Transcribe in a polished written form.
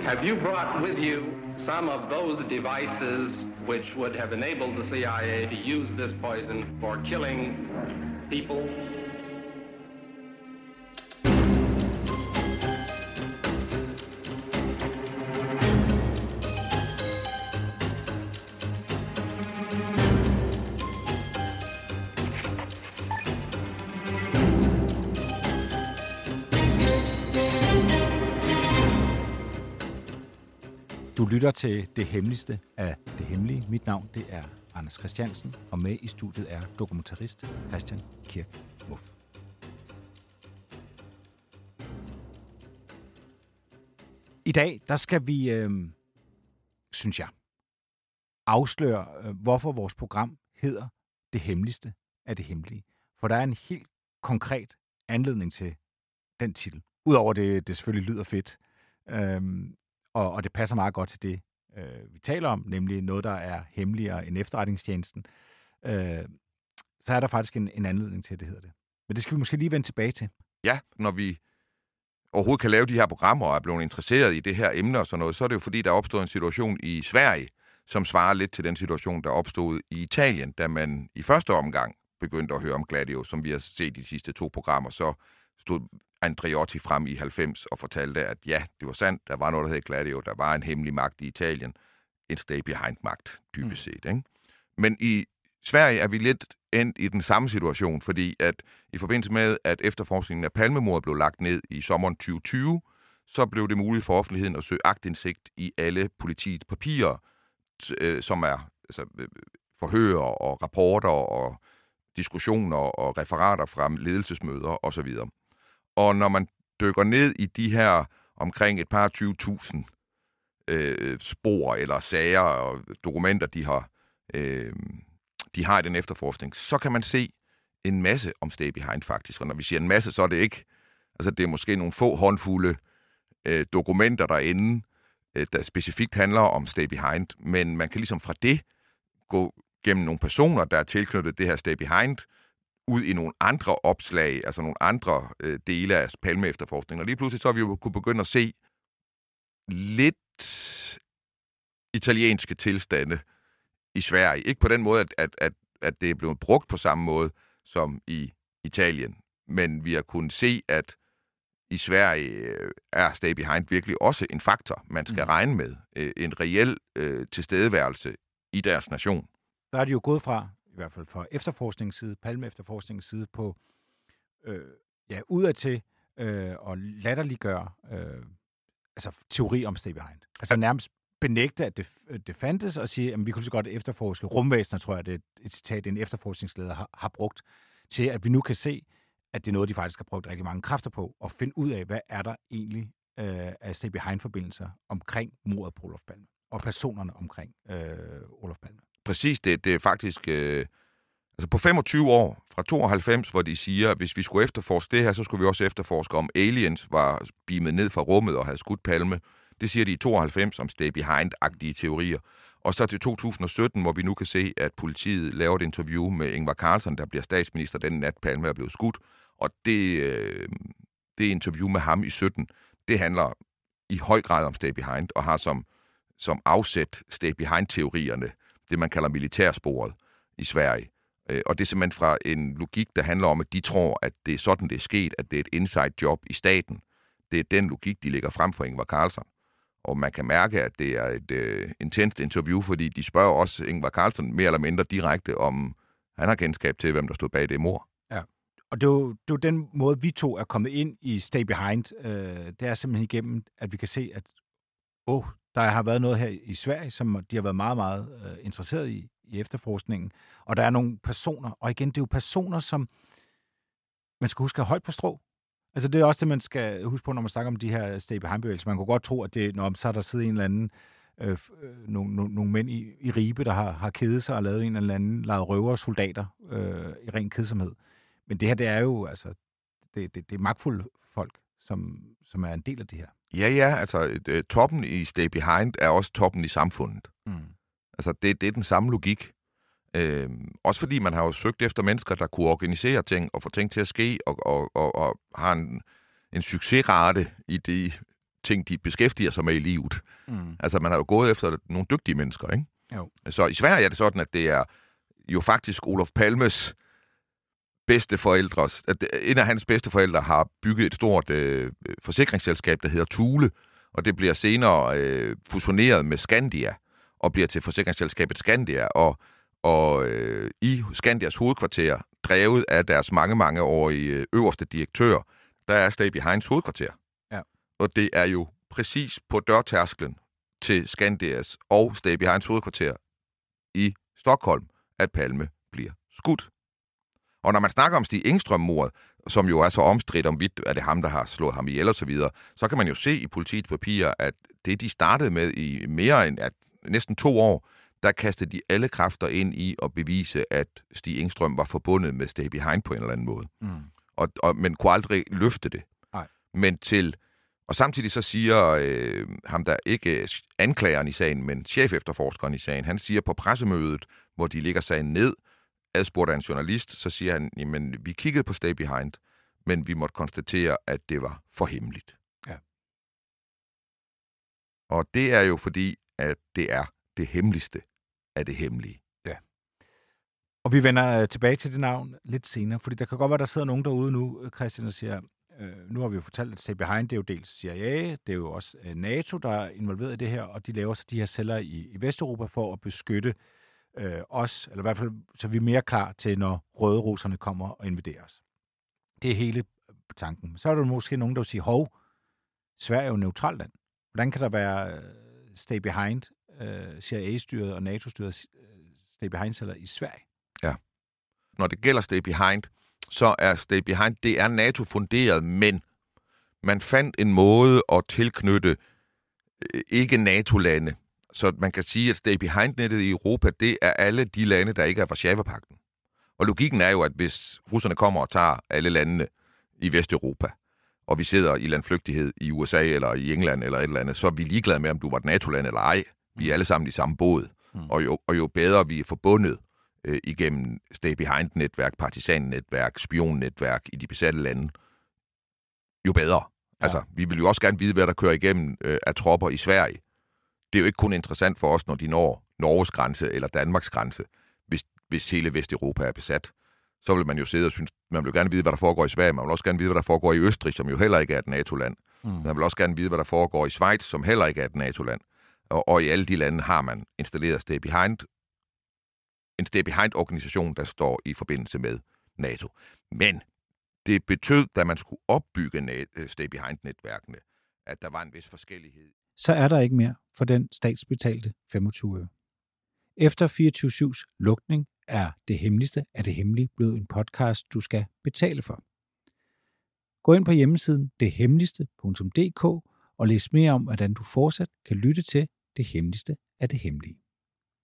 Have you brought with you some of those devices which would have enabled the CIA to use this poison for killing people? Du lytter til Det Hemmeligste af det Hemmelige. Mit navn det er Anders Christiansen, og med i studiet er dokumentarist Christian Kirk Muff. I dag der skal vi, synes jeg, afsløre, hvorfor vores program hedder Det Hemmeligste af det Hemmelige. For der er en helt konkret anledning til den titel. Udover det selvfølgelig lyder fedt. Og det passer meget godt til det, vi taler om, nemlig noget, der er hemmeligere end efterretningstjenesten. Så er der faktisk en anledning til, at det hedder det. Men det skal vi måske lige vende tilbage til. Ja, når vi overhovedet kan lave de her programmer og er blevet interesseret i det her emne og sådan noget, så er det jo fordi, der er opstået en situation i Sverige, som svarer lidt til den situation, der opstod i Italien, da man i første omgang begyndte at høre om Gladio, som vi har set i de sidste 2 programmer, så stod Andreotti frem i 90 og fortalte, at ja, det var sandt, der var noget, der hed Gladio, der var en hemmelig magt i Italien, en stay-behind-magt, dybest set. Ikke? Men i Sverige er vi lidt endt i den samme situation, fordi at i forbindelse med, at efterforskningen af Palmemordet blev lagt ned i sommeren 2020, så blev det muligt for offentligheden at søge aktindsigt i alle politiets papirer, som er altså, forhør og rapporter og diskussioner og referater fra ledelsesmøder osv. Og når man dykker ned i de her omkring et par 20.000 spor eller sager og dokumenter, de har i den efterforskning, så kan man se en masse om stay behind faktisk. Og når vi siger en masse, så er det ikke, altså det er måske nogle få håndfulde dokumenter derinde, der specifikt handler om stay behind, men man kan ligesom fra det gå gennem nogle personer, der er tilknyttet det her stay behind, ud i nogle andre opslag, altså nogle andre dele af Palme-efterforskningen. Og lige pludselig så har vi jo kunne begynde at se lidt italienske tilstande i Sverige. Ikke på den måde, at det er blevet brugt på samme måde som i Italien, men vi har kunnet se, at i Sverige er stay behind virkelig også en faktor, man skal regne med. En reel tilstedeværelse i deres nation. Der er de jo gået fra, i hvert fald fra efterforskningens side, Palme-efterforskningens side, på udadtil og latterliggøre altså teori om stay behind. Altså nærmest benægte, at det fandtes, og sige, at vi kunne så godt efterforske rumvæsener, tror jeg, det er et citat, en efterforskningsleder har brugt, til at vi nu kan se, at det er noget, de faktisk har brugt rigtig mange kræfter på, og finde ud af, hvad er der egentlig af stay behind-forbindelser omkring mordet på Olof Palme, og personerne omkring Olof Palme. Præcis, det er faktisk altså på 25 år, fra 92, hvor de siger, at hvis vi skulle efterforske det her, så skulle vi også efterforske, om aliens var beamet ned fra rummet og havde skudt Palme. Det siger de i 92 om stay behind-agtige teorier. Og så til 2017, hvor vi nu kan se, at politiet laver et interview med Ingvar Carlsson, der bliver statsminister den nat, Palme er blevet skudt. Og det interview med ham i 17, det handler i høj grad om stay behind, og har som afsæt stay behind-teorierne, det man kalder militærsporet i Sverige. Og det er simpelthen fra en logik, der handler om, at de tror, at det er sådan, det er sket, at det er et inside job i staten. Det er den logik, de lægger frem for Ingvar Carlsson. Og man kan mærke, at det er et intenst interview, fordi de spørger også Ingvar Carlsson mere eller mindre direkte, om han har kendskab til, hvem der stod bag det mord. Ja, og det er jo den måde, vi to er kommet ind i stay behind. Det er simpelthen igennem, at vi kan se, at der har været noget her i Sverige, som de har været meget, meget interesseret i efterforskningen. Og der er nogle personer, og igen, det er jo personer, som man skal huske at højt på strå. Altså det er også det, man skal huske på, når man snakker om de her stay behind-bevægelser. Man kunne godt tro, at så er der siddet en eller anden, nogle mænd i Ribe, der har kædet sig og lavet en eller anden, lavet røvere soldater i ren kedsomhed. Men det her, det er jo, altså, det er magtfulde folk, som er en del af det her. Ja, altså toppen i stay behind er også toppen i samfundet. Altså det er den samme logik. Også fordi man har jo søgt efter mennesker, der kunne organisere ting og få ting til at ske, og har en succesrate i de ting, de beskæftiger sig med i livet. Altså, man har jo gået efter nogle dygtige mennesker, ikke? Jo. Så i Sverige er det sådan, at det er jo faktisk Olof Palmes bedsteforældre. En af hans bedsteforældre har bygget et stort forsikringsselskab, der hedder Thule, og det bliver senere fusioneret med Skandia, og bliver til forsikringsselskabet Skandia, og i Skandias hovedkvarter, drevet af deres mange øverste direktør, der er Stay Behinds hovedkvarter. Ja. Og det er jo præcis på dørtærsklen til Skandias og Stay Behinds hovedkvarter i Stockholm, at Palme bliver skudt. Og når man snakker om Stig Engström-mordet, som jo er så omstridt om vidt, er det ham, der har slået ham ihjel og så videre, så kan man jo se i politiets papirer, at det, de startede med i mere end næsten 2 år, der kastede de alle kræfter ind i at bevise, at Stig Engström var forbundet med Stay Behind på en eller anden måde. Men kunne aldrig løfte det. Nej. Og samtidig så siger ham, der ikke anklageren i sagen, men chefefterforskeren i sagen, han siger på pressemødet, hvor de ligger sagen ned, adspurgt af en journalist, så siger han, jamen, vi kiggede på Stay Behind, men vi måtte konstatere, at det var for hemmeligt. Ja. Og det er jo fordi, at det er det hemmeligste af det hemmelige. Ja. Og vi vender tilbage til det navn lidt senere, fordi der kan godt være, der sidder nogen derude nu, Christian, og siger, nu har vi jo fortalt, at Stay Behind, det er jo dels CIA, det er jo også NATO, der er involveret i det her, og de laver så de her celler i Vesteuropa for at beskytte os, eller i hvert fald, så vi er mere klar til, når røde-russerne kommer og invaderer os. Det er hele tanken. Så er der måske nogen, der vil sige, hov, Sverige er jo neutralt land. Hvordan kan der være Stay Behind, CIA-styret og NATO-styret Stay Behind-celler i Sverige? Ja. Når det gælder Stay Behind, så er Stay Behind, det er NATO-funderet, men man fandt en måde at tilknytte ikke NATO-lande. Så man kan sige, at Stay Behind-nettet i Europa, det er alle de lande, der ikke er Warszava-pagten. Og logikken er jo, at hvis russerne kommer og tager alle landene i Vesteuropa, og vi sidder i landflygtighed i USA eller i England eller et eller andet, så er vi ligeglade med, om du var et NATO-land eller ej. Vi er alle sammen i samme båd. Og jo bedre vi er forbundet igennem Stay Behind-netværk, partisan-netværk, spion-netværk i de besatte lande, jo bedre. Ja. Altså, vi vil jo også gerne vide, hvad der kører igennem af tropper i Sverige. Det er jo ikke kun interessant for os, når de når Norges grænse eller Danmarks grænse, hvis hele Vesteuropa er besat. Så vil man jo sidde og synes, man vil jo gerne vide, hvad der foregår i Sverige, man vil også gerne vide, hvad der foregår i Østrig, som jo heller ikke er et NATO-land. Man vil også gerne vide, hvad der foregår i Schweiz, som heller ikke er et NATO-land. Og i alle de lande har man installeret Stay Behind, en Stay Behind-organisation, der står i forbindelse med NATO. Men det betød, da man skulle opbygge Stay Behind-netværkene, at der var en vis forskellighed. Så er der ikke mere for den statsbetalte 25 øre. Efter 24/7's lukning er Det Hemmeligste af det Hemmelige blevet en podcast, du skal betale for. Gå ind på hjemmesiden dethemmeligste.dk og læs mere om, hvordan du fortsat kan lytte til Det Hemmeligste af det Hemmelige.